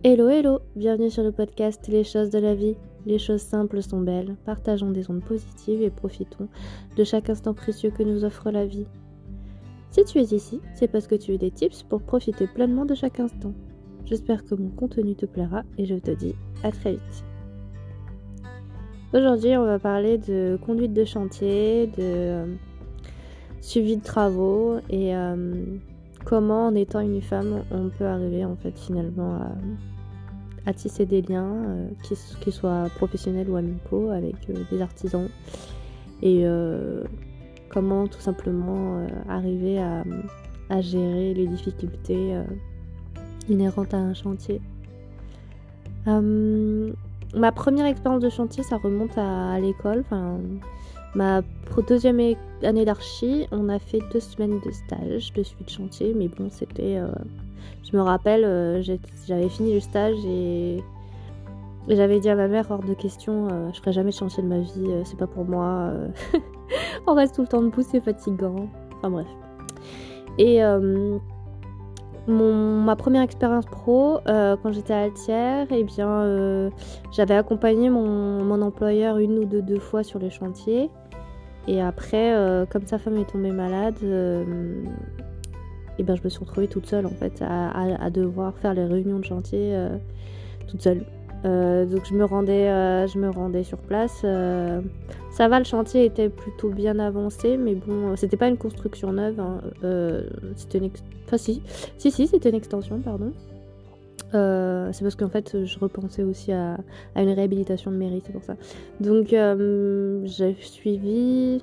Hello hello, bienvenue sur le podcast Les choses de la vie. Les choses simples sont belles, partageons des ondes positives et profitons de chaque instant précieux que nous offre la vie. Si tu es ici, c'est parce que tu as des tips pour profiter pleinement de chaque instant. J'espère que mon contenu te plaira et je te dis à très vite. Aujourd'hui, on va parler de conduite de chantier, de suivi de travaux et comment, en étant une femme, on peut arriver en fait finalement à tisser des liens, qu'ils soient professionnels ou amicaux, avec des artisans. Et comment tout simplement arriver à gérer les difficultés inhérentes à un chantier. Ma première expérience de chantier, ça remonte à l'école. Ma deuxième année d'archi, on a fait 2 semaines de stage de suivi de chantier, mais bon, c'était... je me rappelle, j'avais fini le stage et j'avais dit à ma mère, hors de question, je ferai jamais de chantier de ma vie, c'est pas pour moi, on reste tout le temps debout, c'est fatigant, enfin bref. Et ma première expérience pro, quand j'étais à Altière, j'avais accompagné mon employeur 1 ou 2 fois sur les chantiers. Et après, comme sa femme est tombée malade, je me suis retrouvée toute seule en fait à devoir faire les réunions de chantier toute seule. Donc je me rendais sur place. Ça va, le chantier était plutôt bien avancé, mais bon, c'était pas une construction neuve. C'était c'était une extension, pardon. C'est parce qu'en fait je repensais aussi à une réhabilitation de mairie, c'est pour ça. Donc j'ai suivi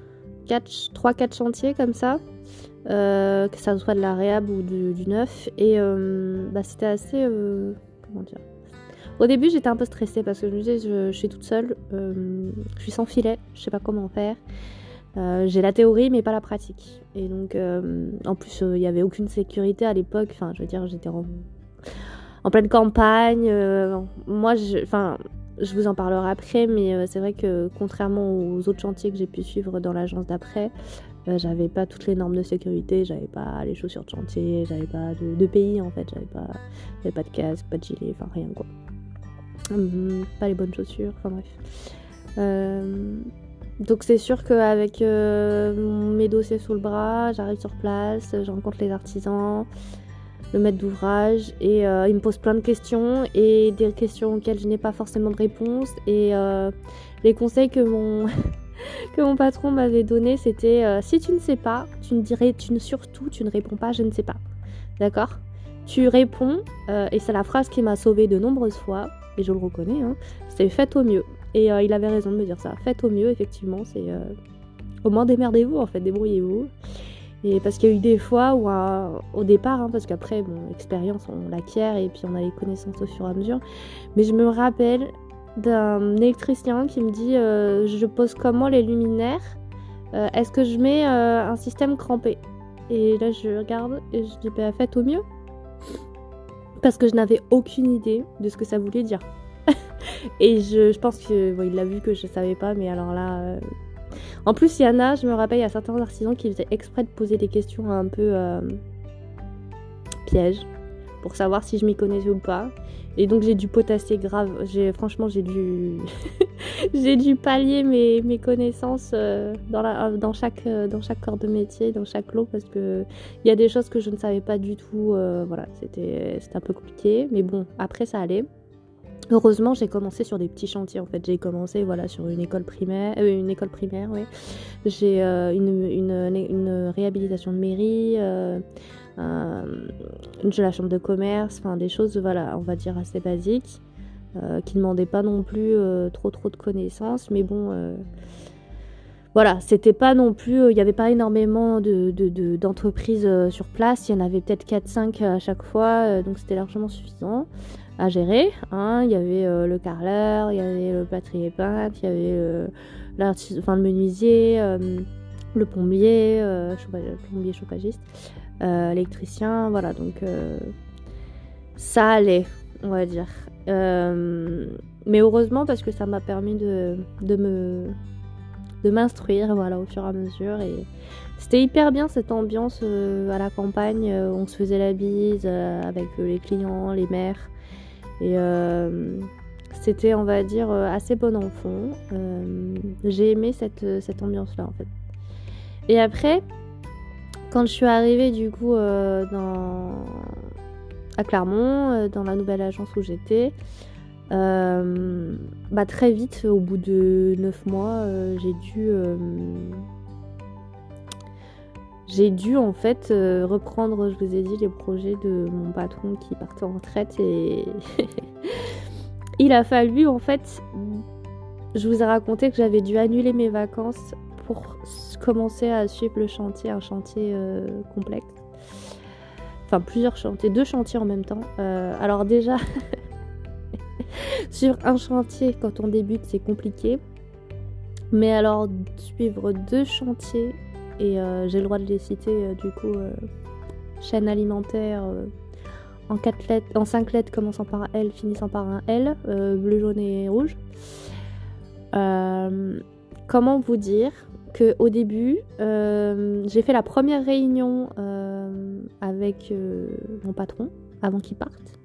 3-4 chantiers comme ça, que ça soit de la réhab ou du neuf, et c'était assez comment dire. Au début j'étais un peu stressée parce que je me disais je suis toute seule, je suis sans filet, je sais pas comment faire. J'ai la théorie mais pas la pratique, et donc en plus il y avait aucune sécurité à l'époque, enfin je veux dire j'étais en pleine campagne. Moi, je vous en parlerai après, mais c'est vrai que contrairement aux autres chantiers que j'ai pu suivre dans l'agence d'après, j'avais pas toutes les normes de sécurité, j'avais pas les chaussures de chantier, j'avais pas de pays en fait, j'avais pas de casque, pas de gilet, enfin rien quoi. Pas les bonnes chaussures, enfin bref. Donc c'est sûr qu'avec mes dossiers sous le bras, j'arrive sur place, je rencontre les artisans, le maître d'ouvrage, et il me pose plein de questions, et des questions auxquelles je n'ai pas forcément de réponse, et les conseils que mon patron m'avait donné, c'était si tu ne sais pas, tu ne réponds pas je ne sais pas, d'accord, tu réponds, et c'est la phrase qui m'a sauvée de nombreuses fois, et je le reconnais, c'est faites au mieux. Et il avait raison de me dire ça, faites au mieux, effectivement, c'est au moins démerdez-vous en fait, débrouillez-vous. Et parce qu'il y a eu des fois où au départ, parce qu'après, l'expérience on l'acquiert et puis on a les connaissances au fur et à mesure, mais je me rappelle d'un électricien qui me dit je pose comment les luminaires, est-ce que je mets un système crampé? Et là je regarde et je dis faites au mieux, parce que je n'avais aucune idée de ce que ça voulait dire. Et je pense qu'il l'a vu que je savais pas, mais alors là... En plus, je me rappelle, il y a certains artisans qui faisaient exprès de poser des questions un peu pièges pour savoir si je m'y connaissais ou pas. Et donc j'ai dû potasser grave. Franchement, j'ai dû j'ai dû pallier mes connaissances dans chaque corps de métier, dans chaque lot, parce que il y a des choses que je ne savais pas du tout. C'était un peu compliqué, mais bon, après ça allait. Heureusement, j'ai commencé sur des petits chantiers en fait. J'ai commencé sur une école primaire, ouais. J'ai une réhabilitation de mairie, de la chambre de commerce, des choses on va dire assez basiques, qui ne demandaient pas non plus trop de connaissances, mais bon, c'était pas non plus, il n'y avait pas énormément d'entreprises sur place, il y en avait peut-être 4-5 à chaque fois, donc c'était largement suffisant à gérer, il y avait le carreleur, il y avait le plâtrier peintre, il y avait le menuisier, le plombier, chauffagiste, électricien, donc ça allait, on va dire. Mais heureusement, parce que ça m'a permis de m'instruire au fur et à mesure, et c'était hyper bien cette ambiance à la campagne, on se faisait la bise avec les clients, les maires. Et c'était, on va dire, assez bon enfant. J'ai aimé cette ambiance-là, en fait. Et après, quand je suis arrivée, du coup, à Clermont, dans la nouvelle agence où j'étais, très vite, au bout de 9 mois, j'ai dû en fait reprendre, je vous ai dit, les projets de mon patron qui partait en retraite et il a fallu en fait, je vous ai raconté que j'avais dû annuler mes vacances pour commencer à suivre le chantier, un chantier complexe. Enfin plusieurs chantiers, 2 chantiers en même temps. Alors déjà, sur un chantier quand on débute c'est compliqué. Mais alors suivre 2 chantiers, et j'ai le droit de les citer du coup, chaîne alimentaire en 4 lettres, en 5 lettres commençant par un L, finissant par un L, bleu, jaune et rouge. Comment vous dire qu'au début, j'ai fait la première réunion avec mon patron avant qu'il parte.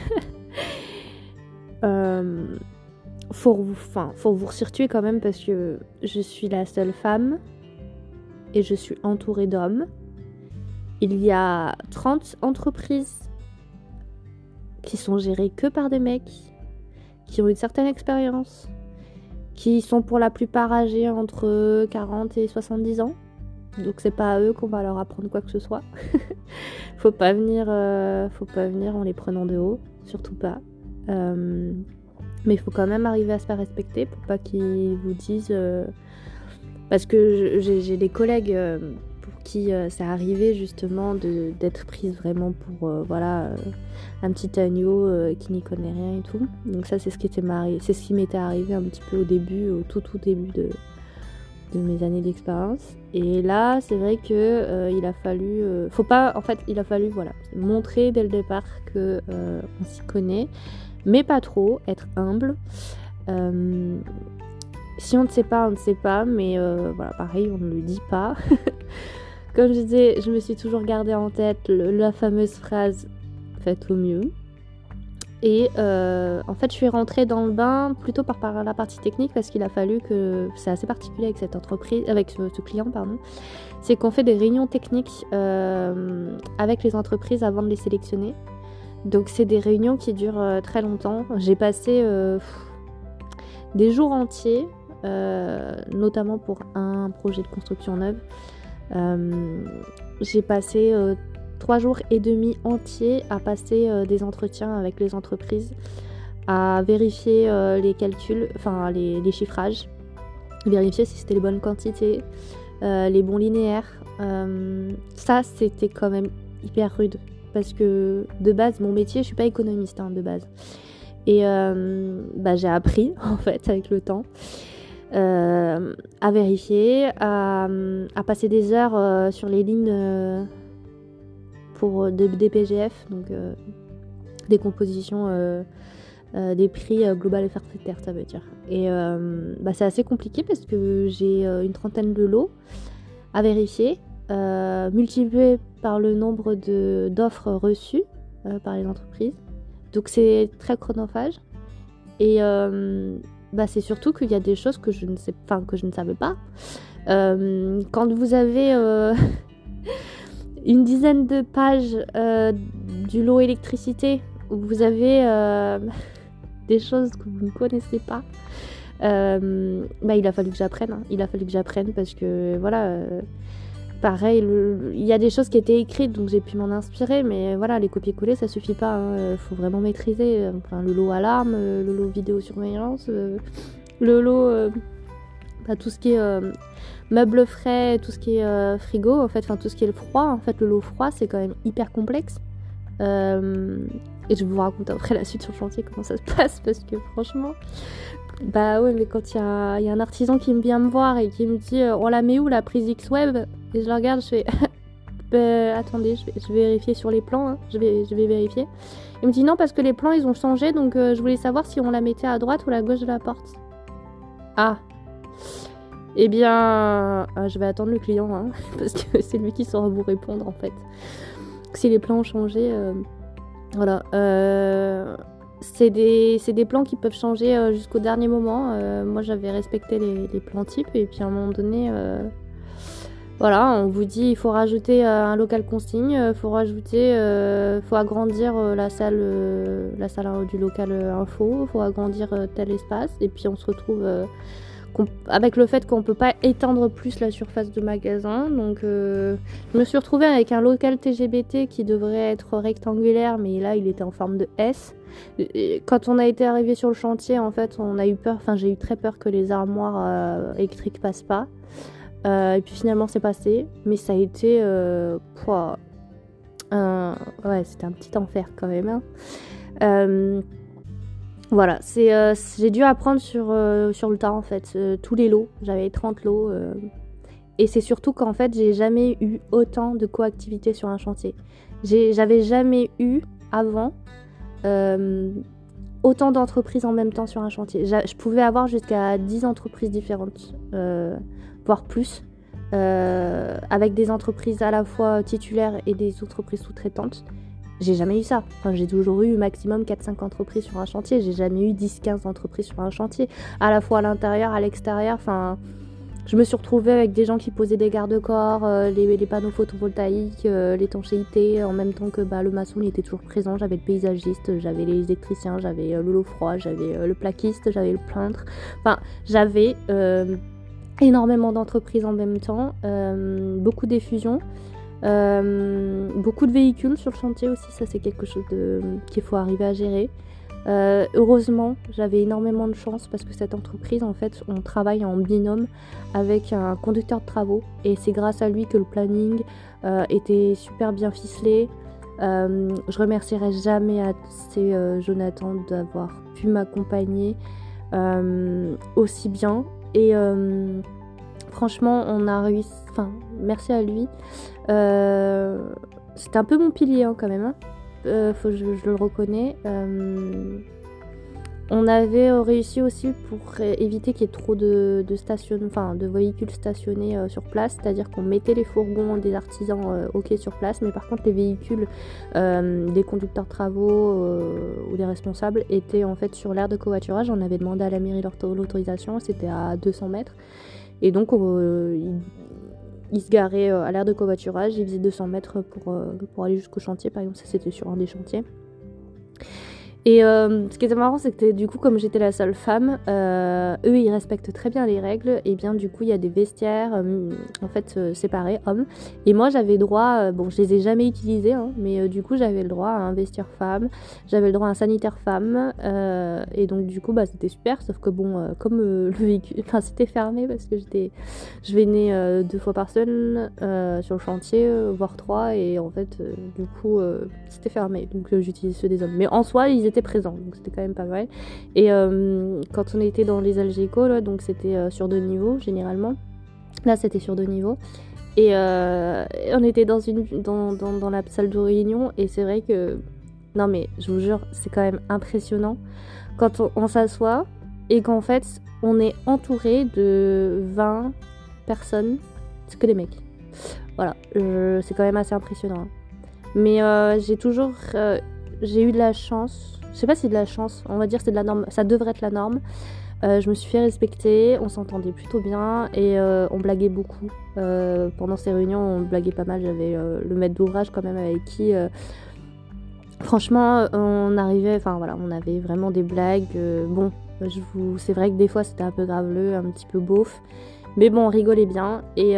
Faut vous resituer quand même parce que je suis la seule femme et je suis entourée d'hommes. Il y a 30 entreprises qui sont gérées que par des mecs qui ont une certaine expérience, qui sont pour la plupart âgés entre 40 et 70 ans. Donc c'est pas à eux qu'on va leur apprendre quoi que ce soit. Faut pas venir en les prenant de haut, surtout pas. Mais il faut quand même arriver à se faire respecter pour pas qu'ils vous disent... parce que j'ai des collègues pour qui c'est arrivé justement d'être prise vraiment pour un petit agneau qui n'y connaît rien et tout. Donc ça c'est ce qui m'était arrivé un petit peu au début, au tout début de mes années d'expérience. Et là c'est vrai que il a fallu montrer dès le départ que on s'y connaît, mais pas trop, être humble. Si on ne sait pas, on ne sait pas, mais pareil, on ne le dit pas. Comme je disais, je me suis toujours gardée en tête la fameuse phrase « faites au mieux ». Et en fait, je suis rentrée dans le bain plutôt par la partie technique parce qu'il a fallu que... C'est assez particulier avec cette entreprise, avec ce client, pardon. C'est qu'on fait des réunions techniques avec les entreprises avant de les sélectionner. Donc c'est des réunions qui durent très longtemps. J'ai passé des jours entiers, notamment pour un projet de construction neuve. J'ai passé 3 jours et demi entiers à passer des entretiens avec les entreprises, à vérifier les calculs, enfin les chiffrages, vérifier si c'était les bonnes quantités, les bons linéaires. Ça c'était quand même hyper rude. Parce que de base, mon métier, je suis pas économiste de base. Et j'ai appris, en fait, avec le temps, à vérifier, à passer des heures sur les lignes pour des PGF, donc des compositions des prix global et forfaitaire, ça veut dire. Et c'est assez compliqué parce que j'ai une trentaine de lots à vérifier. Multiplié par le nombre d'offres reçues par les entreprises. Donc c'est très chronophage. Et c'est surtout qu'il y a des choses que je ne savais pas. Quand vous avez une dizaine de pages du lot électricité, où vous avez des choses que vous ne connaissez pas, il a fallu que j'apprenne. Il a fallu que j'apprenne parce que pareil, il y a des choses qui étaient écrites, donc j'ai pu m'en inspirer, mais les copier-coller, ça suffit pas. Faut vraiment maîtriser. Enfin, le lot alarme, le lot vidéosurveillance, le lot, tout ce qui est meubles frais, tout ce qui est frigo, en fait, tout ce qui est le froid. En fait, le lot froid, c'est quand même hyper complexe. Et je vais vous raconter après la suite sur le chantier comment ça se passe, parce que franchement... mais quand il y a un artisan qui vient me voir et qui me dit on la met où la prise X-Web, et je la regarde, je fais attendez, je vais vérifier sur les plans, je vais vérifier. Il me dit non parce que les plans ils ont changé, donc je voulais savoir si on la mettait à droite ou à gauche de la porte. Ah, eh bien je vais attendre le client parce que c'est lui qui saura vous répondre en fait. Si les plans ont changé, voilà. c'est des plans qui peuvent changer jusqu'au dernier moment. Moi, j'avais respecté les plans types et puis à un moment donné, voilà, on vous dit il faut rajouter un local consigne, faut rajouter, faut agrandir la salle du local info, faut agrandir tel espace et puis on se retrouve avec le fait qu'on peut pas étendre plus la surface de magasin. Donc je me suis retrouvée avec un local TGBT qui devrait être rectangulaire, mais là il était en forme de S. Et quand on a été arrivé sur le chantier, en fait, on a eu peur, enfin j'ai eu très peur que les armoires électriques passent pas. Et puis finalement c'est passé, mais ça a été ouais, c'était un petit enfer quand même, hein. Voilà, j'ai dû apprendre sur le tas en fait, tous les lots, j'avais 30 lots, et c'est surtout qu'en fait j'ai jamais eu autant de coactivité sur un chantier. J'avais jamais eu avant autant d'entreprises en même temps sur un chantier. Je pouvais avoir jusqu'à 10 entreprises différentes, voire plus, avec des entreprises à la fois titulaires et des entreprises sous-traitantes. J'ai jamais eu ça. Enfin, j'ai toujours eu maximum 4-5 entreprises sur un chantier. J'ai jamais eu 10-15 entreprises sur un chantier. À la fois à l'intérieur, à l'extérieur. Enfin, je me suis retrouvée avec des gens qui posaient des garde-corps, les panneaux photovoltaïques, l'étanchéité, en même temps que le maçon il était toujours présent. J'avais le paysagiste, j'avais les électriciens, j'avais le lot froid, j'avais le plaquiste, j'avais le peintre. Enfin, j'avais énormément d'entreprises en même temps, beaucoup d'effusions. Beaucoup de véhicules sur le chantier aussi, ça c'est quelque chose qu'il faut arriver à gérer. Heureusement, j'avais énormément de chance parce que cette entreprise, en fait, on travaille en binôme avec un conducteur de travaux et c'est grâce à lui que le planning était super bien ficelé. Je remercierai jamais assez Jonathan d'avoir pu m'accompagner aussi bien et franchement, on a réussi. Enfin, merci à lui. C'était un peu mon pilier quand même. Hein. Je le reconnais. On avait réussi aussi pour éviter qu'il y ait trop de véhicules stationnés sur place. C'est-à-dire qu'on mettait les fourgons des artisans sur place. Mais par contre, les véhicules des conducteurs de travaux ou des responsables étaient en fait sur l'aire de covoiturage. On avait demandé à la mairie l'autorisation. C'était à 200 mètres. Et donc, il se garait à l'aire de covoiturage, il faisait 200 mètres pour aller jusqu'au chantier, par exemple, ça c'était sur un des chantiers. Et ce qui était marrant, c'est que du coup, comme j'étais la seule femme, eux ils respectent très bien les règles, et bien du coup il y a des vestiaires en fait séparés, hommes, et moi j'avais droit, bon je les ai jamais utilisés, hein, mais du coup j'avais le droit à un vestiaire femme, j'avais le droit à un sanitaire femme, et donc du coup c'était super, sauf que bon, comme le véhicule, enfin c'était fermé parce que je venais 2 fois par semaine sur le chantier, voire 3, et en fait du coup c'était fermé, donc j'utilisais ceux des hommes, mais en soi ils étaient présents, donc c'était quand même pas mal. Et quand on était dans les Algeco, là, donc c'était sur 2 niveaux généralement. Là c'était sur 2 niveaux. Et on était dans la salle de réunion, et c'est vrai que, non mais je vous jure, c'est quand même impressionnant quand on s'assoit et qu'en fait on est entouré de 20 personnes, c'est que des mecs. Voilà, c'est quand même assez impressionnant. Mais j'ai eu de la chance. Je sais pas si c'est de la chance, on va dire c'est de la norme, ça devrait être la norme. Je me suis fait respecter, on s'entendait plutôt bien et on blaguait beaucoup. Pendant ces réunions, on blaguait pas mal. J'avais le maître d'ouvrage quand même avec qui, franchement, on avait vraiment des blagues. Bon, c'est vrai que des fois c'était un peu graveleux, un petit peu beauf, mais bon, on rigolait bien et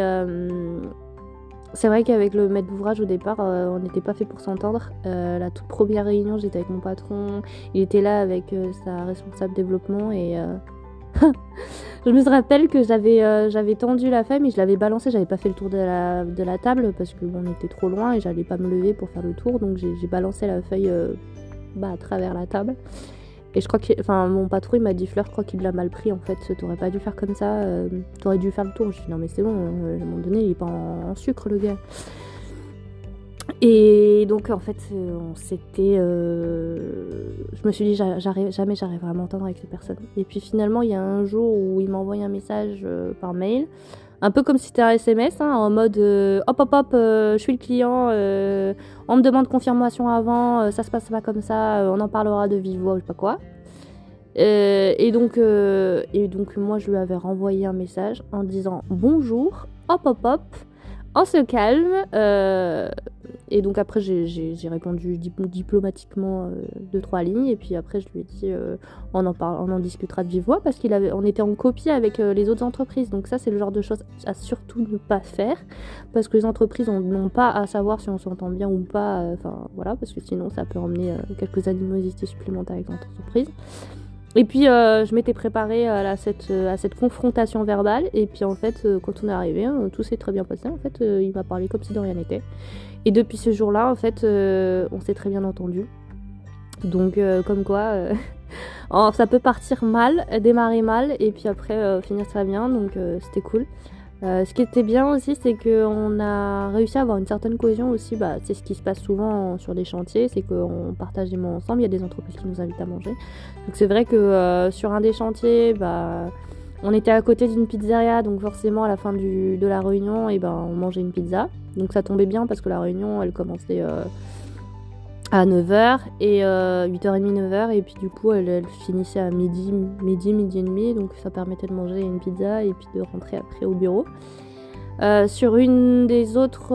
c'est vrai qu'avec le maître d'ouvrage au départ, on n'était pas fait pour s'entendre. La toute première réunion, j'étais avec mon patron, il était là avec sa responsable développement et je me rappelle que j'avais tendu la feuille mais je l'avais balancée, j'avais pas fait le tour de la table parce que on était trop loin et j'allais pas me lever pour faire le tour, donc j'ai balancé la feuille à travers la table. Et je crois que, mon patron il m'a dit Fleur, je crois qu'il l'a mal pris en fait, t'aurais pas dû faire comme ça, t'aurais dû faire le tour. Je dis non mais c'est bon, à un moment donné il est pas en sucre le gars. Et donc en fait je me suis dit jamais j'arriverai à m'entendre avec cette personne. Et puis finalement il y a un jour où il m'a envoyé un message par mail, un peu comme si c'était un SMS, hein, en mode hop hop hop, je suis le client, on me demande confirmation avant, ça se passe pas comme ça, on en parlera de vive voix ou je sais pas quoi. Et donc moi je lui avais renvoyé un message en disant bonjour, hop hop hop, on se calme. Et donc après j'ai répondu diplomatiquement 2-3 lignes et puis après je lui ai dit on en discutera de vive voix parce on était en copie avec les autres entreprises. Donc ça c'est le genre de choses à surtout ne pas faire parce que les entreprises n'ont pas à savoir si on s'entend bien ou pas. Enfin voilà, parce que sinon ça peut emmener quelques animosités supplémentaires avec l'entreprise. Et puis je m'étais préparée à cette confrontation verbale et puis en fait quand on est arrivé tout s'est très bien passé. En fait il m'a parlé comme si de rien n'était et depuis ce jour-là en fait on s'est très bien entendu. Donc comme quoi ça peut partir mal, démarrer mal et puis après finir très bien, donc c'était cool. Ce qui était bien aussi, c'est qu'on a réussi à avoir une certaine cohésion aussi. C'est ce qui se passe souvent sur des chantiers, c'est qu'on partage des moments ensemble. Il y a des entreprises qui nous invitent à manger. Donc c'est vrai que sur un des chantiers, on était à côté d'une pizzeria, donc forcément à la fin de la réunion, on mangeait une pizza. Donc ça tombait bien parce que la réunion, elle commençait à 9h et 8h30, 9h et puis du coup elle finissait à midi et demi, donc ça permettait de manger une pizza et puis de rentrer après au bureau. Sur un des autres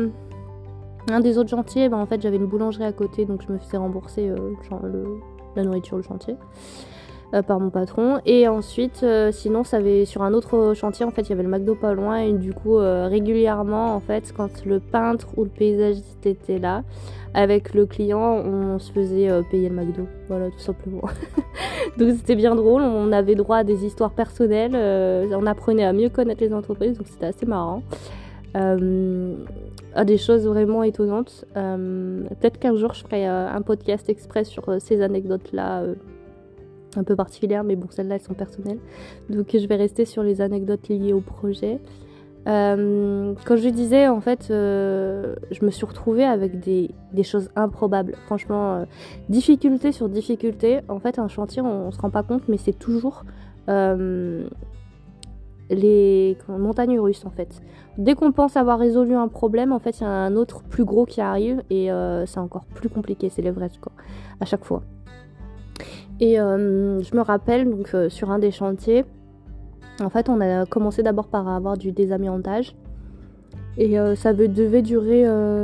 chantiers, en fait j'avais une boulangerie à côté, donc je me faisais rembourser la nourriture du chantier par mon patron. Et ensuite sinon sur un autre chantier en fait il y avait le McDo pas loin et du coup régulièrement en fait quand le peintre ou le paysagiste était là avec le client on se faisait payer le McDo, voilà tout simplement. Donc c'était bien drôle, on avait droit à des histoires personnelles, on apprenait à mieux connaître les entreprises, donc c'était assez marrant. À des choses vraiment étonnantes. Peut-être qu'un jour je ferai un podcast exprès sur ces anecdotes là un peu particulières, mais bon celles-là elles sont personnelles, donc je vais rester sur les anecdotes liées au projet. Quand je disais en fait je me suis retrouvée avec des choses improbables, franchement difficulté sur difficulté. En fait un chantier on se rend pas compte mais c'est toujours les montagnes russes en fait. Dès qu'on pense avoir résolu un problème en fait il y a un autre plus gros qui arrive et c'est encore plus compliqué, c'est l'Everest quoi à chaque fois. Et je me rappelle donc sur un des chantiers en fait on a commencé d'abord par avoir du désamiantage et ça devait durer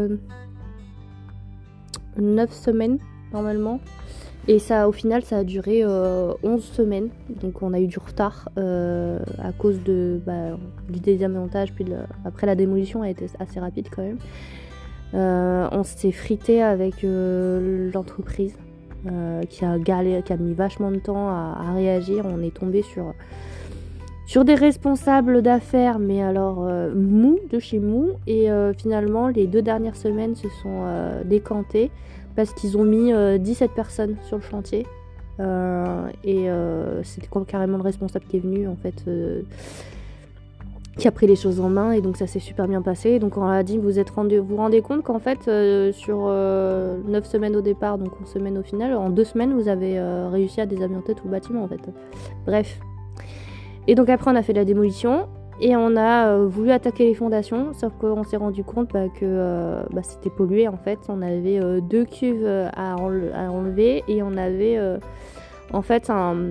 9 semaines normalement et ça au final ça a duré 11 semaines, donc on a eu du retard à cause du désamiantage, puis après la démolition a été assez rapide quand même. On s'est frité avec l'entreprise qui a mis vachement de temps à réagir. On est tombé sur des responsables d'affaires, mais alors mou de chez mou. Et finalement, les 2 dernières semaines se sont décantées parce qu'ils ont mis 17 personnes sur le chantier. Et c'était carrément le responsable qui est venu, en fait, qui a pris les choses en main. Et donc ça s'est super bien passé. Donc on a dit, vous vous rendez compte qu'en fait, sur 9 semaines au départ, donc 11 semaines au final, en 2 semaines, vous avez réussi à désamianter tout le bâtiment, en fait. Bref. Et donc après on a fait de la démolition et on a voulu attaquer les fondations, sauf qu'on s'est rendu compte que c'était pollué en fait. On avait 2 cuves à enlever et on avait en fait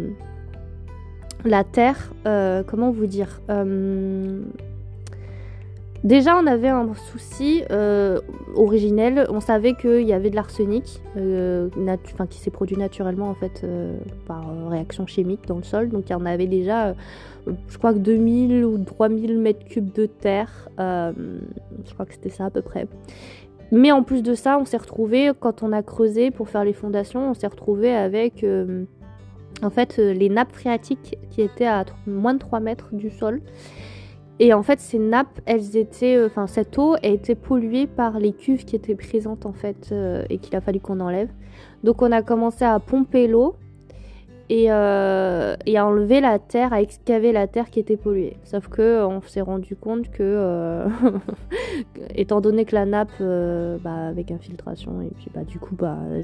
la terre, comment vous dire, déjà on avait un souci originel, on savait qu'il y avait de l'arsenic qui s'est produit naturellement en fait par réaction chimique dans le sol, donc il y en avait déjà je crois que 2000 ou 3000 mètres cubes de terre, je crois que c'était ça à peu près. Mais en plus de ça on s'est retrouvé, quand on a creusé pour faire les fondations, on s'est retrouvé avec en fait les nappes phréatiques qui étaient à moins de 3 mètres du sol. Et en fait, ces nappes, cette eau a été polluée par les cuves qui étaient présentes en fait et qu'il a fallu qu'on enlève. Donc on a commencé à pomper l'eau et à enlever la terre, à excaver la terre qui était polluée. Sauf que on s'est rendu compte que, étant donné que la nappe, avec infiltration et puis du coup,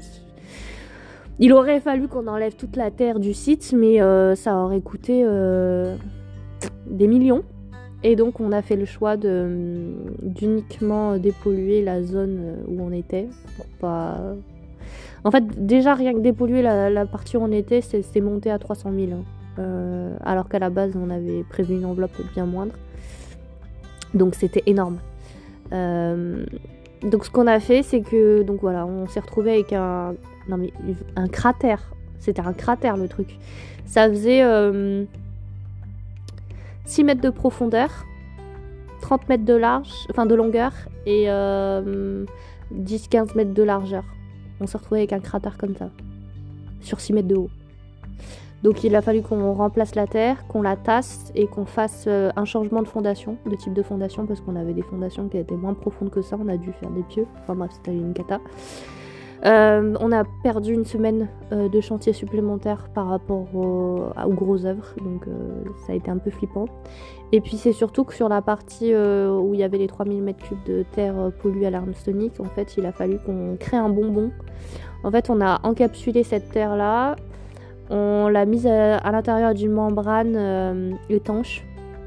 il aurait fallu qu'on enlève toute la terre du site, mais ça aurait coûté des millions. Et donc on a fait le choix d'uniquement dépolluer la zone où on était. Pour pas... En fait, déjà rien que dépolluer la partie où on était, c'est monté à 300 000. Alors qu'à la base, on avait prévu une enveloppe bien moindre. Donc c'était énorme. Donc ce qu'on a fait, c'est que donc voilà, on s'est retrouvé avec un cratère. C'était un cratère le truc. Ça faisait 6 mètres de profondeur, 30 mètres de large, enfin de longueur et 10-15 mètres de largeur. On s'est retrouvé avec un cratère comme ça, sur 6 mètres de haut. Donc il a fallu qu'on remplace la terre, qu'on la tasse et qu'on fasse un changement de fondation, de type de fondation, parce qu'on avait des fondations qui étaient moins profondes que ça, on a dû faire des pieux, enfin bref, c'était une cata. On a perdu une semaine de chantier supplémentaire par rapport aux grosses œuvres, donc ça a été un peu flippant. Et puis c'est surtout que sur la partie où il y avait les 3000 m3 de terre polluée à l'armstonique, en fait il a fallu qu'on crée un bonbon. En fait on a encapsulé cette terre là, on l'a mise à l'intérieur d'une membrane étanche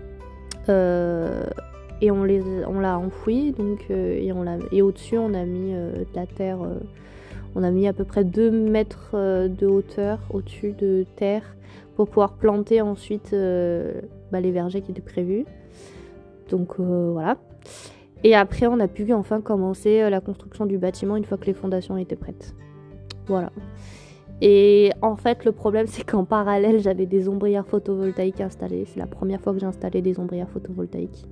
et on l'a enfouie donc, et au-dessus on a mis de la terre. On a mis à peu près 2 mètres de hauteur au-dessus de terre pour pouvoir planter ensuite les vergers qui étaient prévus. Donc voilà. Et après, on a pu enfin commencer la construction du bâtiment une fois que les fondations étaient prêtes. Voilà. Et en fait, le problème, c'est qu'en parallèle, j'avais des ombrières photovoltaïques installées. C'est la première fois que j'ai installé des ombrières photovoltaïques.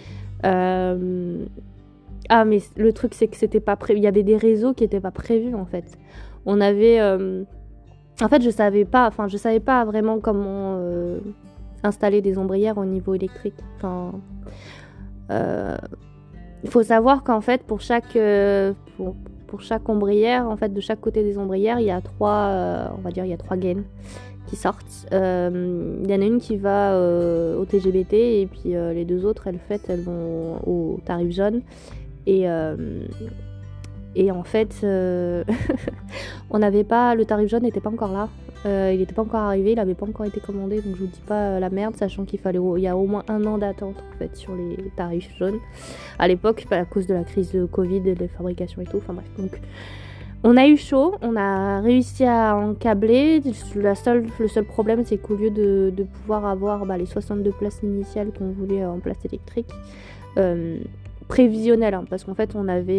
Ah mais le truc c'est que c'était pas prévu, il y avait des réseaux qui étaient pas prévus en fait. On avait en fait je savais pas vraiment comment installer des ombrières au niveau électrique. Enfin il faut savoir qu'en fait pour chaque ombrière, en fait de chaque côté des ombrières, il y a trois gaines qui sortent. Il y en a une qui va au TGBT et puis les deux autres elles vont au tarif jaune. Et en fait, on n'avait pas, le tarif jaune n'était pas encore là. Il n'était pas encore arrivé, il n'avait pas encore été commandé, donc je vous dis pas la merde, sachant il y a au moins 1 an d'attente en fait sur les tarifs jaunes. À l'époque, à cause de la crise de Covid et de fabrication et tout. Enfin bref, donc on a eu chaud, on a réussi à encabler. Le seul problème, c'est qu'au lieu de pouvoir avoir les 62 places initiales qu'on voulait en place électrique. Prévisionnel, parce qu'en fait on avait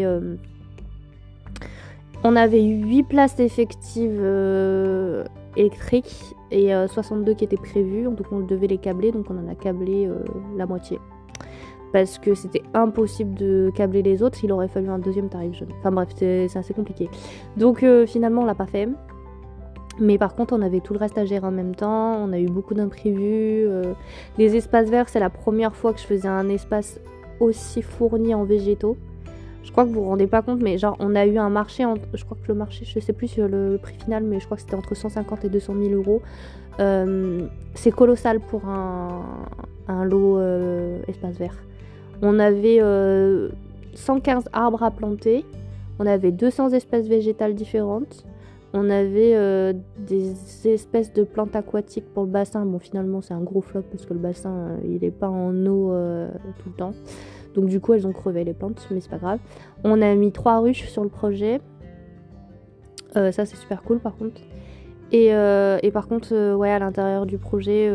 8 places effectives électriques et 62 qui étaient prévues, donc on devait les câbler, donc on en a câblé la moitié parce que c'était impossible de câbler les autres, il aurait fallu un deuxième tarif jaune. Enfin bref, c'est assez compliqué, donc finalement on l'a pas fait. Mais par contre on avait tout le reste à gérer en même temps, on a eu beaucoup d'imprévus. Les espaces verts, c'est la première fois que je faisais un espace aussi fourni en végétaux. Je crois que vous vous rendez pas compte, mais genre on a eu un marché, je crois que le marché, je sais plus sur le prix final, mais je crois que c'était entre 150 et 200 000 euros. C'est colossal pour un lot espace vert. On avait 115 arbres à planter, on avait 200 espèces végétales différentes, on avait des espèces de plantes aquatiques pour le bassin. Bon, finalement, c'est un gros flop parce que le bassin, il est pas en eau tout le temps. Donc, du coup, elles ont crevé les plantes, mais c'est pas grave. On a mis 3 ruches sur le projet. Ça, c'est super cool, par contre. Et par contre, ouais, à l'intérieur du projet...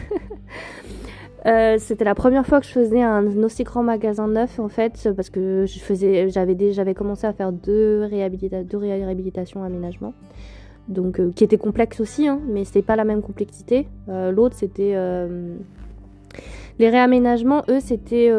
c'était la première fois que je faisais un aussi grand magasin neuf en fait, parce que j'avais commencé à faire deux réhabilitations aménagement, donc qui étaient complexes aussi, mais c'est pas la même complexité. L'autre c'était les réaménagements, eux c'était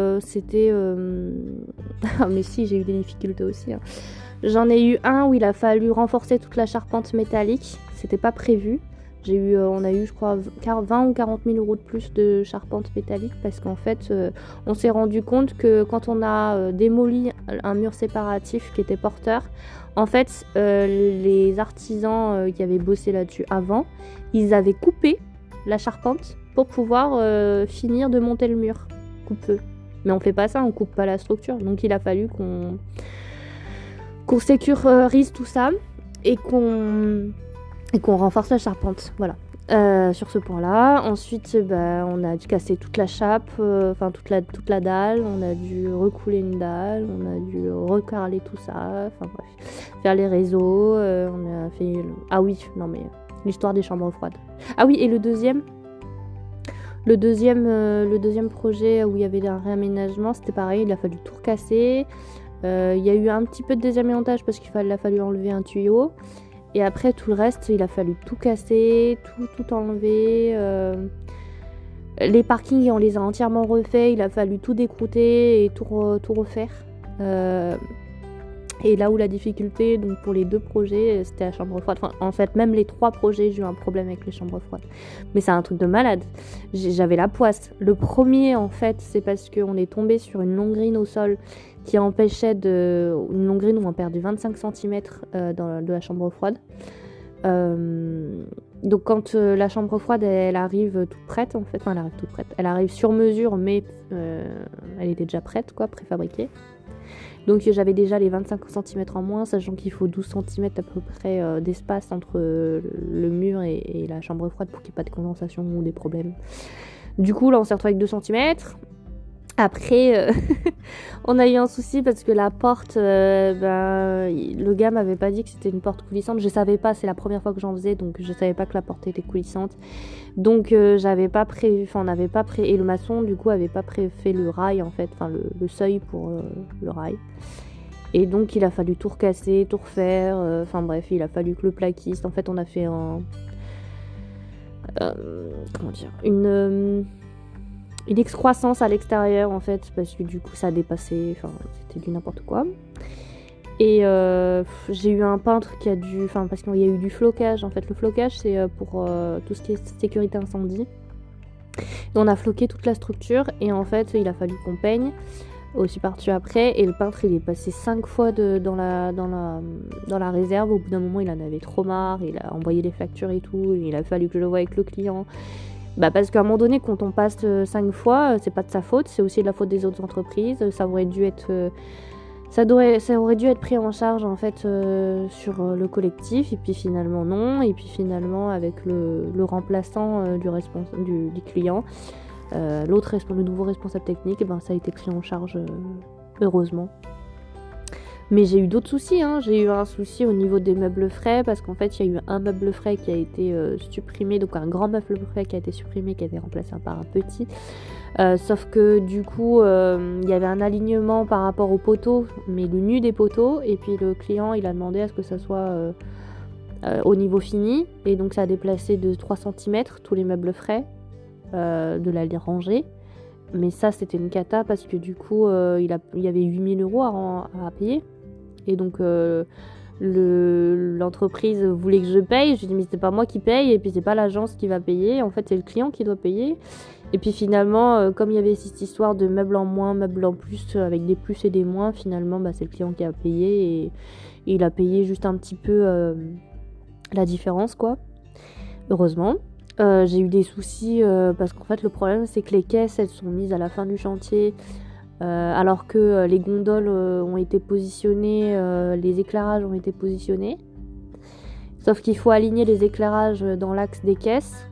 ah mais si, j'ai eu des difficultés aussi. J'en ai eu un où il a fallu renforcer toute la charpente métallique, c'était pas prévu. On a eu, je crois, 20 ou 40 000 euros de plus de charpente métallique parce qu'en fait, on s'est rendu compte que quand on a démoli un mur séparatif qui était porteur, en fait, les artisans qui avaient bossé là-dessus avant, ils avaient coupé la charpente pour pouvoir finir de monter le mur. Coupe-feu. Mais on fait pas ça, on coupe pas la structure. Donc il a fallu qu'on sécurise tout ça et qu'on renforce la charpente, voilà. sur ce point-là. Ensuite, on a dû casser toute la chape, enfin toute la dalle. On a dû recouler une dalle. On a dû recarreler tout ça. Enfin bref, faire les réseaux. On a fait... Ah oui, non mais l'histoire des chambres froides. Ah oui, et le deuxième projet où il y avait un réaménagement, c'était pareil. Il a fallu tout recasser. Il y a eu un petit peu de désamiantage parce qu'il a fallu enlever un tuyau. Et après, tout le reste, il a fallu tout casser, tout enlever. Les parkings, on les a entièrement refaits. Il a fallu tout décrouter et tout refaire. Et là où la difficulté, donc pour les 2 projets, c'était la chambre froide. Enfin, en fait, même les 3 projets, j'ai eu un problème avec les chambres froides. Mais c'est un truc de malade. J'avais la poisse. Le premier, en fait, c'est parce qu'on est tombé sur une longrine au sol qui empêchait une longrine où on perdait 25 cm de la chambre froide. Donc quand la chambre froide elle arrive toute prête, en fait, enfin elle arrive toute prête, elle arrive sur mesure mais elle était déjà prête quoi, préfabriquée. Donc j'avais déjà les 25 cm en moins, sachant qu'il faut 12 cm à peu près d'espace entre le mur et la chambre froide pour qu'il n'y ait pas de condensation ou des problèmes. Du coup là on s'est retrouvé avec 2 cm. Après, on a eu un souci parce que la porte, le gars m'avait pas dit que c'était une porte coulissante. Je savais pas, c'est la première fois que j'en faisais, donc je savais pas que la porte était coulissante. Donc j'avais pas prévu, enfin on n'avait pas pré... Et le maçon du coup avait pas fait le rail en fait, enfin le seuil pour le rail. Et donc il a fallu tout recasser, tout refaire, enfin bref, il a fallu que le plaquiste, en fait on a fait comment dire, une excroissance à l'extérieur en fait parce que du coup ça a dépassé, enfin c'était du n'importe quoi. Et j'ai eu un peintre qui a dû, enfin parce qu'il y a eu du flocage en fait. Le flocage c'est pour tout ce qui est sécurité incendie. Et on a floqué toute la structure et en fait il a fallu qu'on peigne aussi par-dessus après, et le peintre il est passé 5 fois dans la réserve. Au bout d'un moment il en avait trop marre, il a envoyé les factures et tout, il a fallu que je le voie avec le client. Parce qu'à un moment donné, quand on passe 5 fois, c'est pas de sa faute, c'est aussi de la faute des autres entreprises. Ça aurait dû être pris en charge en fait sur le collectif, et puis finalement non. Et puis finalement avec le remplaçant du client, le nouveau responsable technique, ça a été pris en charge heureusement. Mais j'ai eu d'autres soucis, hein. J'ai eu un souci au niveau des meubles frais, parce qu'en fait il y a eu un meuble frais qui a été supprimé, donc un grand meuble frais qui a été supprimé, qui a été remplacé par un petit. Sauf que du coup il y avait un alignement par rapport aux poteaux, mais le nu des poteaux, et puis le client il a demandé à ce que ça soit au niveau fini, et donc ça a déplacé de 3 cm tous les meubles frais de la rangée. Mais ça c'était une cata parce que du coup il y avait 8 000 € à payer. Et donc l'entreprise voulait que je paye. Je lui ai dit mais c'est pas moi qui paye, et puis c'est pas l'agence qui va payer, en fait c'est le client qui doit payer. Et puis finalement comme il y avait cette histoire de meubles en moins, meubles en plus, avec des plus et des moins, finalement c'est le client qui a payé, et il a payé juste un petit peu la différence quoi, heureusement. J'ai eu des soucis parce qu'en fait le problème c'est que les caisses elles sont mises à la fin du chantier, alors que les gondoles ont été positionnées, les éclairages ont été positionnés, sauf qu'il faut aligner les éclairages dans l'axe des caisses.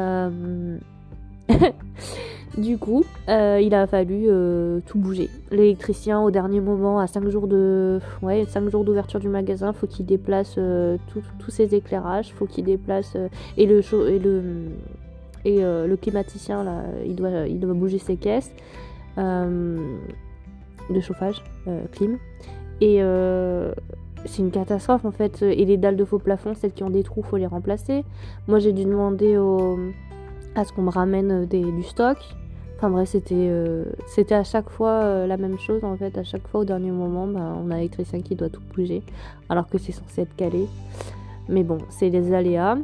Du coup il a fallu tout bouger. L'électricien au dernier moment, à 5 jours d'ouverture du magasin, faut qu'il déplace tous ces éclairages, faut qu'il déplace et le climaticien là, il doit bouger ses caisses de chauffage, clim, et c'est une catastrophe en fait. Et les dalles de faux plafond, celles qui ont des trous, faut les remplacer. Moi j'ai dû demander à ce qu'on me ramène du stock. Enfin bref, c'était à chaque fois la même chose en fait. À chaque fois au dernier moment, on a l'électricien qui doit tout bouger, alors que c'est censé être calé. Mais bon, c'est les aléas.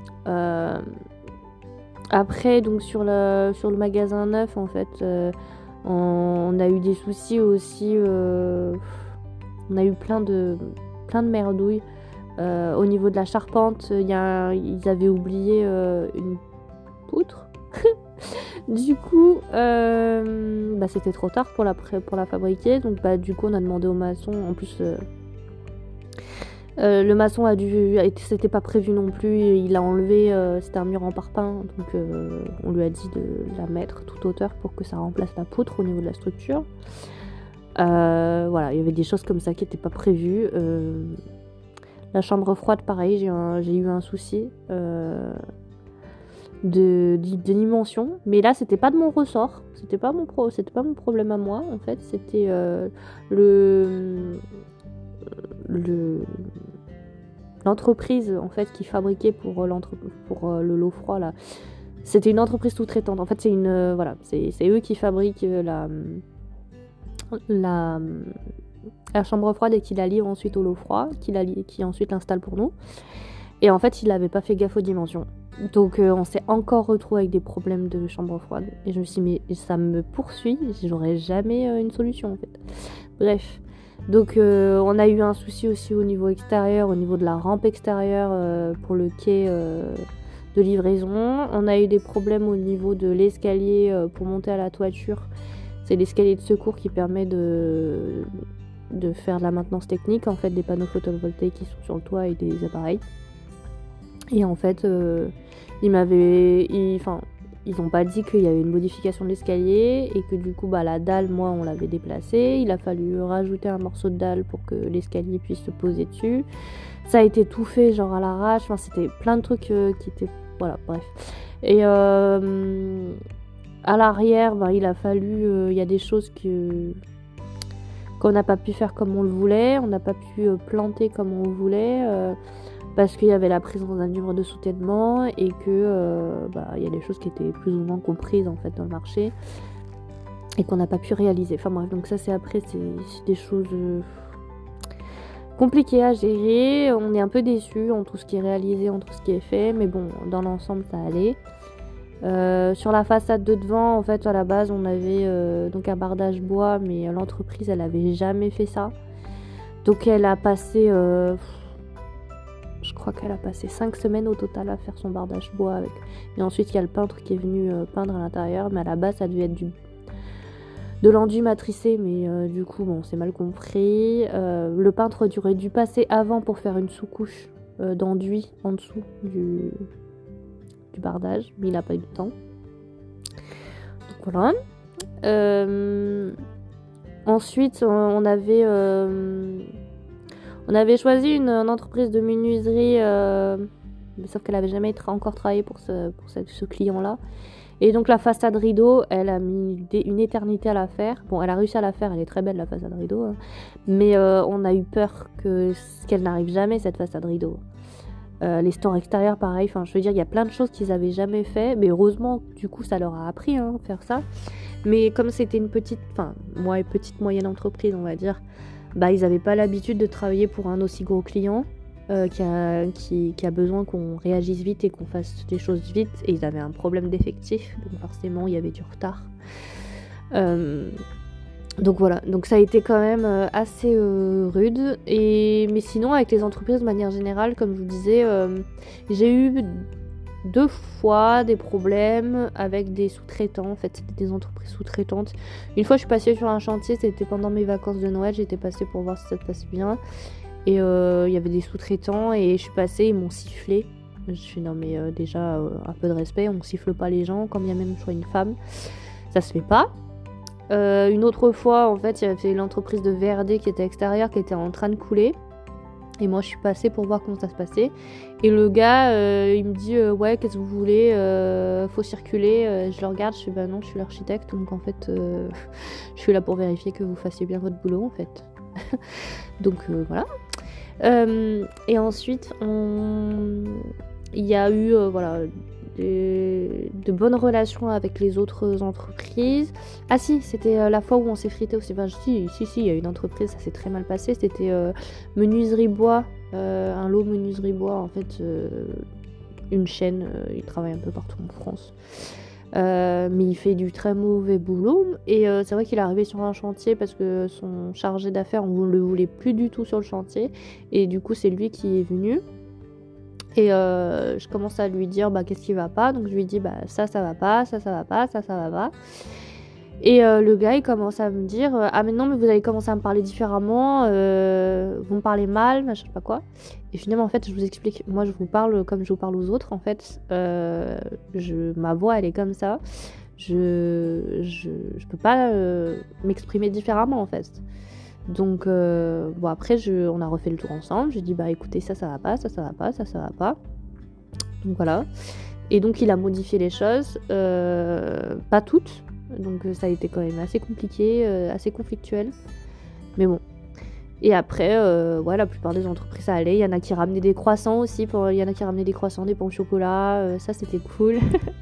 Après, donc sur le magasin neuf, en fait, on a eu des soucis aussi. On a eu plein de merdouilles. Au niveau de la charpente, ils avaient oublié une poutre. Du coup, c'était trop tard pour la fabriquer. Donc du coup, on a demandé au maçon. En plus, Le maçon c'était pas prévu non plus, il a enlevé, c'était un mur en parpaing, donc on lui a dit de la mettre toute hauteur pour que ça remplace la poutre au niveau de la structure. Voilà, il y avait des choses comme ça qui n'étaient pas prévues. La chambre froide, pareil, j'ai eu un souci de dimension, mais là c'était pas de mon ressort, c'était pas mon problème à moi en fait, c'était l'entreprise en fait qui fabriquait pour le lot froid là. C'était une entreprise sous-traitante. En fait, c'est eux qui fabriquent la chambre froide et qui la livrent ensuite au lot froid, qui ensuite l'installe pour nous. Et en fait, il n'avait pas fait gaffe aux dimensions. Donc on s'est encore retrouvé avec des problèmes de chambre froide. Et je me suis dit, mais ça me poursuit, j'aurai jamais une solution en fait. Bref. Donc on a eu un souci aussi au niveau extérieur, au niveau de la rampe extérieure pour le quai de livraison. On a eu des problèmes au niveau de l'escalier pour monter à la toiture. C'est l'escalier de secours qui permet de faire de la maintenance technique en fait des panneaux photovoltaïques qui sont sur le toit et des appareils. Et en fait ils n'ont pas dit qu'il y avait une modification de l'escalier et que du coup la dalle, moi on l'avait déplacée, il a fallu rajouter un morceau de dalle pour que l'escalier puisse se poser dessus. Ça a été tout fait genre à l'arrache, c'était plein de trucs qui étaient, voilà, bref. Et à l'arrière, il a fallu, il y a des choses qu'on n'a pas pu faire comme on le voulait, on n'a pas pu planter comme on voulait. Parce qu'il y avait la présence d'un mur de soutènement et que il y a des choses qui étaient plus ou moins comprises en fait dans le marché et qu'on n'a pas pu réaliser. Enfin bref, donc ça c'est des choses compliquées à gérer. On est un peu déçus en tout ce qui est réalisé, en tout ce qui est fait, mais bon, dans l'ensemble ça allait. Sur la façade de devant, en fait à la base on avait donc un bardage bois, mais l'entreprise elle avait jamais fait ça. Donc elle a passé... je crois qu'elle a passé 5 semaines au total à faire son bardage bois avec. Et ensuite, il y a le peintre qui est venu peindre à l'intérieur. Mais à la base, ça devait être de l'enduit matricé. Mais du coup, bon, c'est mal compris. Le peintre aurait dû passer avant pour faire une sous-couche d'enduit en dessous du bardage. Mais il n'a pas eu le temps. Donc voilà. Ensuite, on avait choisi une entreprise de menuiserie, sauf qu'elle n'avait jamais encore travaillé pour ce client-là. Et donc la façade rideau, elle a mis une éternité à la faire. Bon, elle a réussi à la faire, elle est très belle la façade rideau. Hein. Mais on a eu peur qu'elle n'arrive jamais, cette façade rideau. Les stores extérieurs, pareil. Enfin, je veux dire, il y a plein de choses qu'ils n'avaient jamais fait. Mais heureusement, du coup, ça leur a appris faire ça. Mais comme c'était une petite moyenne entreprise, on va dire... ils n'avaient pas l'habitude de travailler pour un aussi gros client qui a besoin qu'on réagisse vite et qu'on fasse des choses vite, et ils avaient un problème d'effectif, donc forcément il y avait du retard. Donc voilà, donc ça a été quand même assez rude, mais sinon avec les entreprises de manière générale, comme je vous disais, j'ai eu 2 fois des problèmes avec des sous-traitants. En fait, c'était des entreprises sous-traitantes. Une fois, je suis passée sur un chantier, c'était pendant mes vacances de Noël, j'étais passée pour voir si ça se passe bien. Et il y avait des sous-traitants et je suis passée, ils m'ont sifflé. Je suis non mais déjà un peu de respect, on siffle pas les gens, quand bien même je sois une femme, ça se fait pas. Une autre fois, en fait, il y avait l'entreprise de VRD qui était extérieure, qui était en train de couler. Et moi je suis passée pour voir comment ça se passait. Et le gars il me dit ouais, qu'est-ce que vous voulez, faut circuler. Je le regarde, je fais non, je suis l'architecte, donc en fait je suis là pour vérifier que vous fassiez bien votre boulot en fait. Donc voilà. Et ensuite il y a eu de bonnes relations avec les autres entreprises. Ah si, c'était la fois où on s'est frité aussi. Si, il y a une entreprise, ça s'est très mal passé. C'était menuiserie bois, un lot menuiserie bois, en fait, une chaîne. Il travaille un peu partout en France. Mais il fait du très mauvais boulot. Et c'est vrai qu'il est arrivé sur un chantier parce que son chargé d'affaires, on ne le voulait plus du tout sur le chantier. Et du coup, c'est lui qui est venu. Et je commence à lui dire qu'est-ce qui va pas. Donc je lui dis ça va pas, ça va pas, ça va pas. Et le gars il commence à me dire ah mais non, mais vous allez commencer à me parler différemment, vous me parler mal, machin, je sais pas quoi. Et finalement, en fait, je vous explique, moi, je vous parle comme je vous parle aux autres, en fait. Ma voix, elle est comme ça. Je peux pas m'exprimer différemment, en fait. Donc, bon, après, on a refait le tour ensemble. J'ai dit, bah écoutez, ça va pas, ça va pas, ça va pas. Donc voilà. Et donc, il a modifié les choses, pas toutes. Donc, ça a été quand même assez compliqué, assez conflictuel. Mais bon. Et après, ouais, la plupart des entreprises, ça allait. Il y en a qui ramenaient des croissants aussi. Il y en a qui ramenaient des croissants, des pains au chocolat. Ça, c'était cool.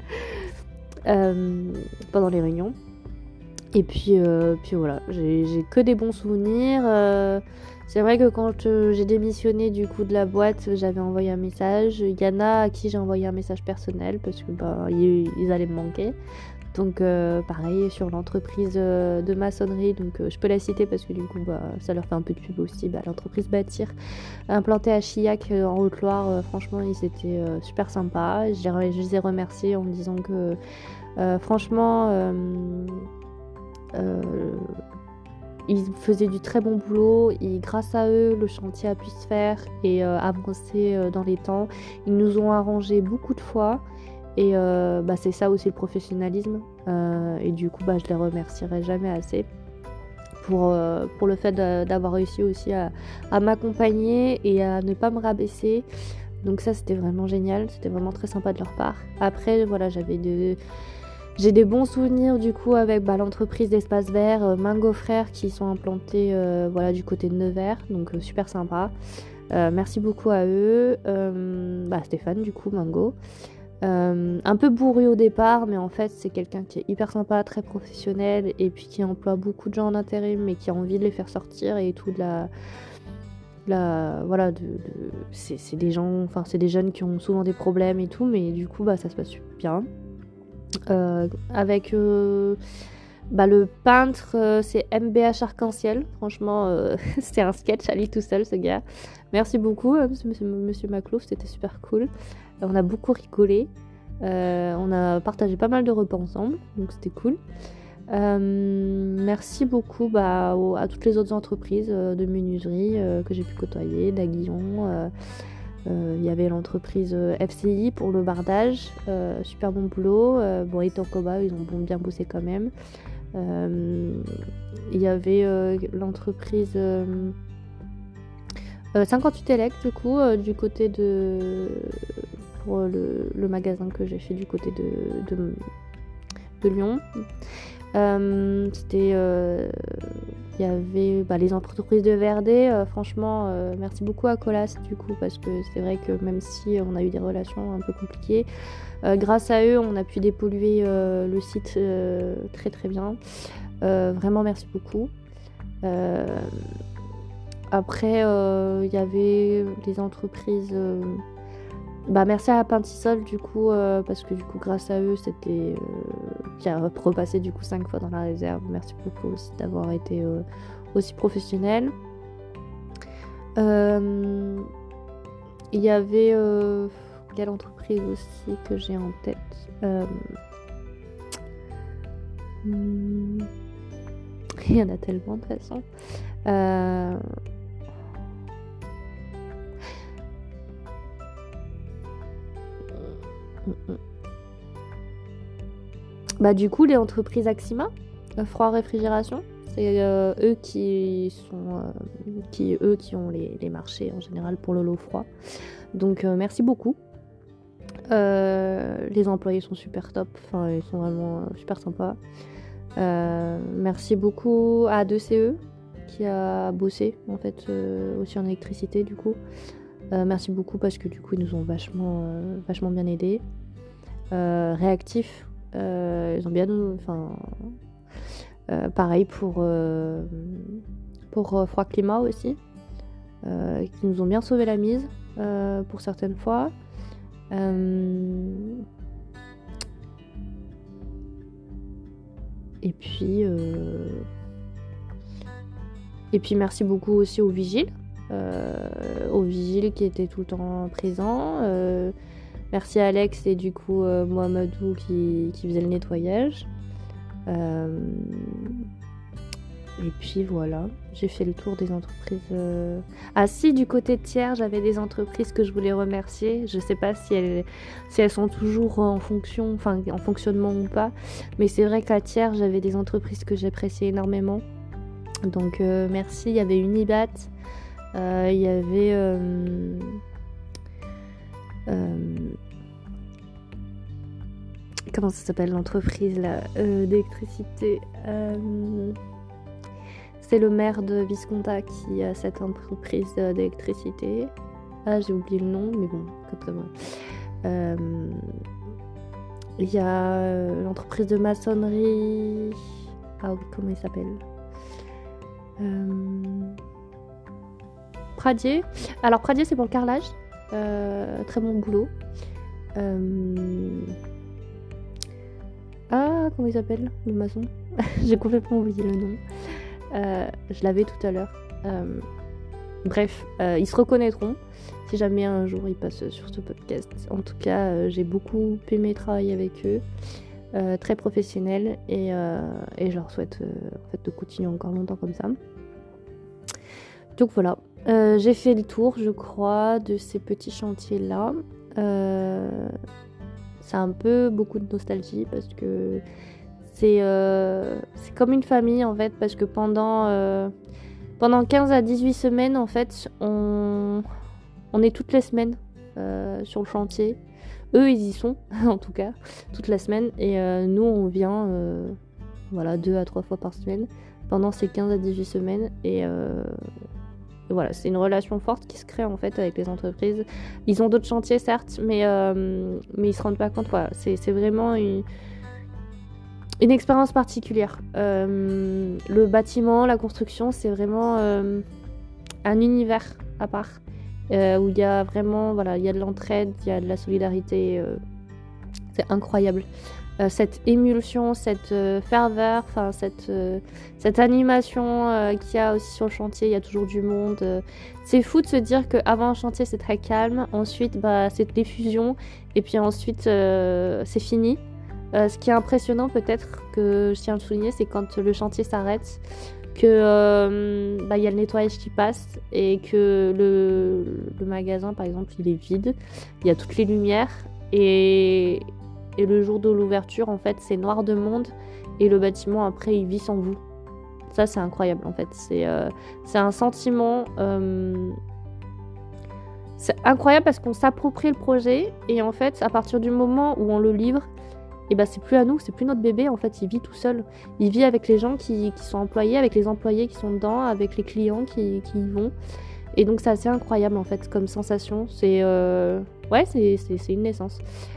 Pendant les réunions. Et puis voilà, j'ai que des bons souvenirs. C'est vrai que quand j'ai démissionné du coup de la boîte, j'avais envoyé un message. Il y en a à qui j'ai envoyé un message personnel parce que ils allaient me manquer. Donc pareil sur l'entreprise de maçonnerie, donc je peux la citer parce que du coup ça leur fait un peu de pub aussi. L'entreprise Bâtir, implantée à Chillac en Haute-Loire, franchement ils étaient super sympas. Je les ai remerciés en me disant que franchement ils faisaient du très bon boulot et grâce à eux le chantier a pu se faire et avancer dans les temps. Ils nous ont arrangé beaucoup de fois. Et c'est ça aussi le professionnalisme. Et du coup, je les remercierai jamais assez pour le fait d'avoir réussi aussi à m'accompagner et à ne pas me rabaisser. Donc ça, c'était vraiment génial. C'était vraiment très sympa de leur part. Après, voilà, j'ai des bons souvenirs du coup avec l'entreprise d'Espace Vert, Mango Frères, qui sont implantés du côté de Nevers. Donc super sympa. Merci beaucoup à eux. Stéphane, du coup, Mango. Un peu bourru au départ, mais en fait c'est quelqu'un qui est hyper sympa, très professionnel et puis qui emploie beaucoup de gens en intérim mais qui a envie de les faire sortir et tout c'est des gens, enfin c'est des jeunes qui ont souvent des problèmes et tout, mais du coup ça se passe bien. Avec le peintre, c'est MBH Arc-en-Ciel. Franchement, c'était un sketch à lui tout seul, ce gars. Merci beaucoup, monsieur Maclouf, c'était super cool. On a beaucoup rigolé. On a partagé pas mal de repas ensemble, donc c'était cool. Merci beaucoup à toutes les autres entreprises de menuiserie que j'ai pu côtoyer, d'Aguillon. Il y avait l'entreprise FCI pour le bardage, super bon boulot. Et Tankoba, ils ont bien bossé quand même. Il y avait l'entreprise 58 Elec du coup du côté pour le magasin que j'ai fait du côté de Lyon. C'était il y avait les entreprises de VRD, franchement merci beaucoup à Colas du coup, parce que c'est vrai que même si on a eu des relations un peu compliquées, grâce à eux on a pu dépolluer le site très très bien. Vraiment merci beaucoup. Après il y avait des entreprises merci à Pintisol du coup parce que du coup grâce à eux c'était qui a repassé du coup 5 fois dans la réserve. Merci beaucoup aussi d'avoir été aussi professionnel. Il y avait quelle entreprise aussi que j'ai en tête, il y en a tellement de toute façon. Du coup les entreprises Axima, froid réfrigération, c'est eux qui ont les marchés en général pour le lot froid. Donc merci beaucoup. Les employés sont super top, enfin ils sont vraiment super sympas. Merci beaucoup à 2CE qui a bossé en fait aussi en électricité du coup. Merci beaucoup parce que du coup ils nous ont vachement bien aidés. Réactifs, ils ont bien pareil pour froid climat aussi, qui nous ont bien sauvé la mise pour certaines fois. Et puis merci beaucoup aussi aux vigiles qui étaient tout le temps présents. Merci à Alex et du coup Mohamedou qui faisait le nettoyage. Et puis voilà, j'ai fait le tour des entreprises. Ah si, du côté de Thiers, j'avais des entreprises que je voulais remercier. Je sais pas si elles sont toujours en fonctionnement ou pas. Mais c'est vrai qu'à Thiers, j'avais des entreprises que j'appréciais énormément. Donc merci, il y avait Unibat, il y avait... comment ça s'appelle l'entreprise là d'électricité c'est le maire de Visconta qui a cette entreprise d'électricité. Ah, j'ai oublié le nom, mais bon, comme ça. Il y a l'entreprise de maçonnerie. Ah oui, comment il s'appelle Pradier. Alors Pradier, c'est pour le carrelage. Très bon boulot. Ah, comment il s'appelle, le maçon? J'ai complètement oublié le nom. Je l'avais tout à l'heure. Bref, ils se reconnaîtront si jamais un jour ils passent sur ce podcast. En tout cas, j'ai beaucoup aimé travailler avec eux. Très professionnels et je leur souhaite en fait, de continuer encore longtemps comme ça. Donc voilà, j'ai fait le tour, je crois, de ces petits chantiers-là. C'est un peu beaucoup de nostalgie parce que c'est comme une famille en fait, parce que pendant 15 à 18 semaines en fait, on est toutes les semaines sur le chantier. Eux ils y sont en tout cas toute la semaine et nous on vient 2 à 3 fois par semaine pendant ces 15 à 18 semaines et voilà, c'est une relation forte qui se crée en fait avec les entreprises. Ils ont d'autres chantiers certes, mais ils se rendent pas compte. Voilà, c'est vraiment une expérience particulière. Le bâtiment, la construction, c'est vraiment un univers à part où il y a vraiment, voilà, il y a de l'entraide, il y a de la solidarité. C'est incroyable. Cette émulsion, cette ferveur, cette animation qu'il y a aussi sur le chantier, il y a toujours du monde. C'est fou de se dire qu'avant un chantier c'est très calme, ensuite c'est l'effusion et puis ensuite c'est fini. Ce qui est impressionnant peut-être que je tiens à le souligner, c'est quand le chantier s'arrête, que y a le nettoyage qui passe et que le magasin par exemple il est vide, il y a toutes les lumières et le jour de l'ouverture, en fait, c'est noir de monde et le bâtiment, après, il vit sans vous. Ça, c'est incroyable, en fait. C'est un sentiment... C'est incroyable parce qu'on s'approprie le projet et, en fait, à partir du moment où on le livre, et c'est plus à nous, c'est plus notre bébé, en fait, il vit tout seul. Il vit avec les gens qui sont employés, avec les employés qui sont dedans, avec les clients qui y vont. Et donc, c'est assez incroyable, en fait, comme sensation. C'est une naissance.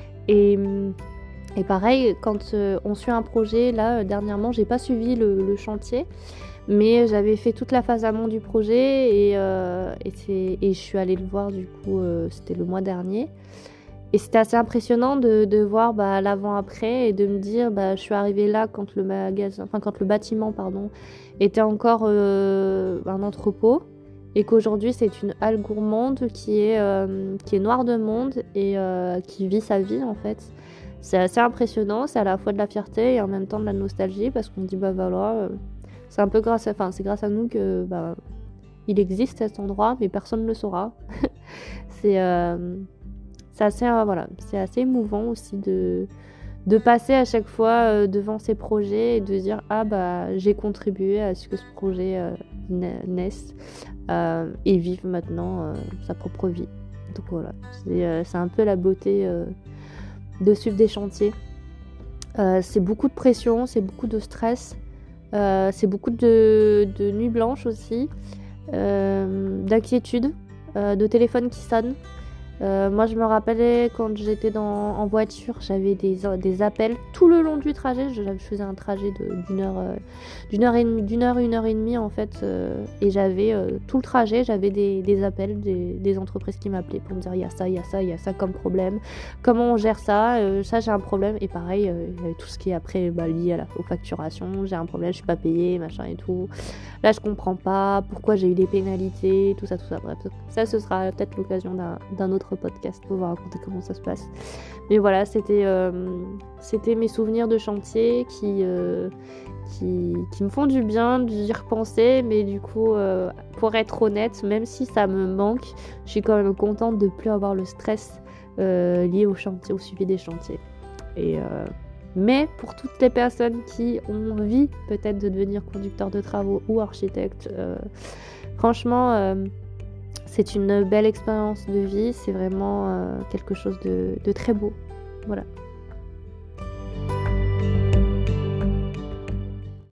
Et pareil, quand on suit un projet, là, dernièrement, j'ai pas suivi le chantier, mais j'avais fait toute la phase amont du projet et je suis allée le voir, du coup, c'était le mois dernier. Et c'était assez impressionnant de voir l'avant-après et de me dire, je suis arrivée là quand le bâtiment, était encore un entrepôt. Et qu'aujourd'hui c'est une halle gourmande qui est noire de monde et qui vit sa vie en fait. C'est assez impressionnant, c'est à la fois de la fierté et en même temps de la nostalgie parce qu'on dit c'est un peu c'est grâce à nous que il existe cet endroit mais personne ne le saura. c'est assez c'est assez émouvant aussi de passer à chaque fois devant ces projets et de dire j'ai contribué à ce que ce projet naisse et vive maintenant sa propre vie. Donc voilà, c'est un peu la beauté de suivre des chantiers. C'est beaucoup de pression, c'est beaucoup de stress, c'est beaucoup de nuits blanches aussi, d'inquiétude, de téléphone qui sonne. Moi je me rappelais quand j'étais en voiture, j'avais des appels tout le long du trajet. Je faisais un trajet d'une heure, 1h30 en fait, et j'avais tout le trajet, j'avais des appels des entreprises qui m'appelaient pour me dire il y a ça comme problème, comment on gère ça, ça j'ai un problème. Et pareil, il y avait tout ce qui est après lié aux facturations, j'ai un problème, je suis pas payée, machin et tout. Là je comprends pas pourquoi j'ai eu des pénalités, tout ça. Bref, ça ce sera peut-être l'occasion d'un autre autre podcast pour vous raconter comment ça se passe. Mais voilà, c'était mes souvenirs de chantier qui me font du bien d'y repenser. Mais du coup, pour être honnête, même si ça me manque, je suis quand même contente de ne plus avoir le stress lié au chantier, au suivi des chantiers. Mais pour toutes les personnes qui ont envie peut-être de devenir conducteur de travaux ou architecte, franchement, c'est une belle expérience de vie. C'est vraiment quelque chose de très beau. Voilà.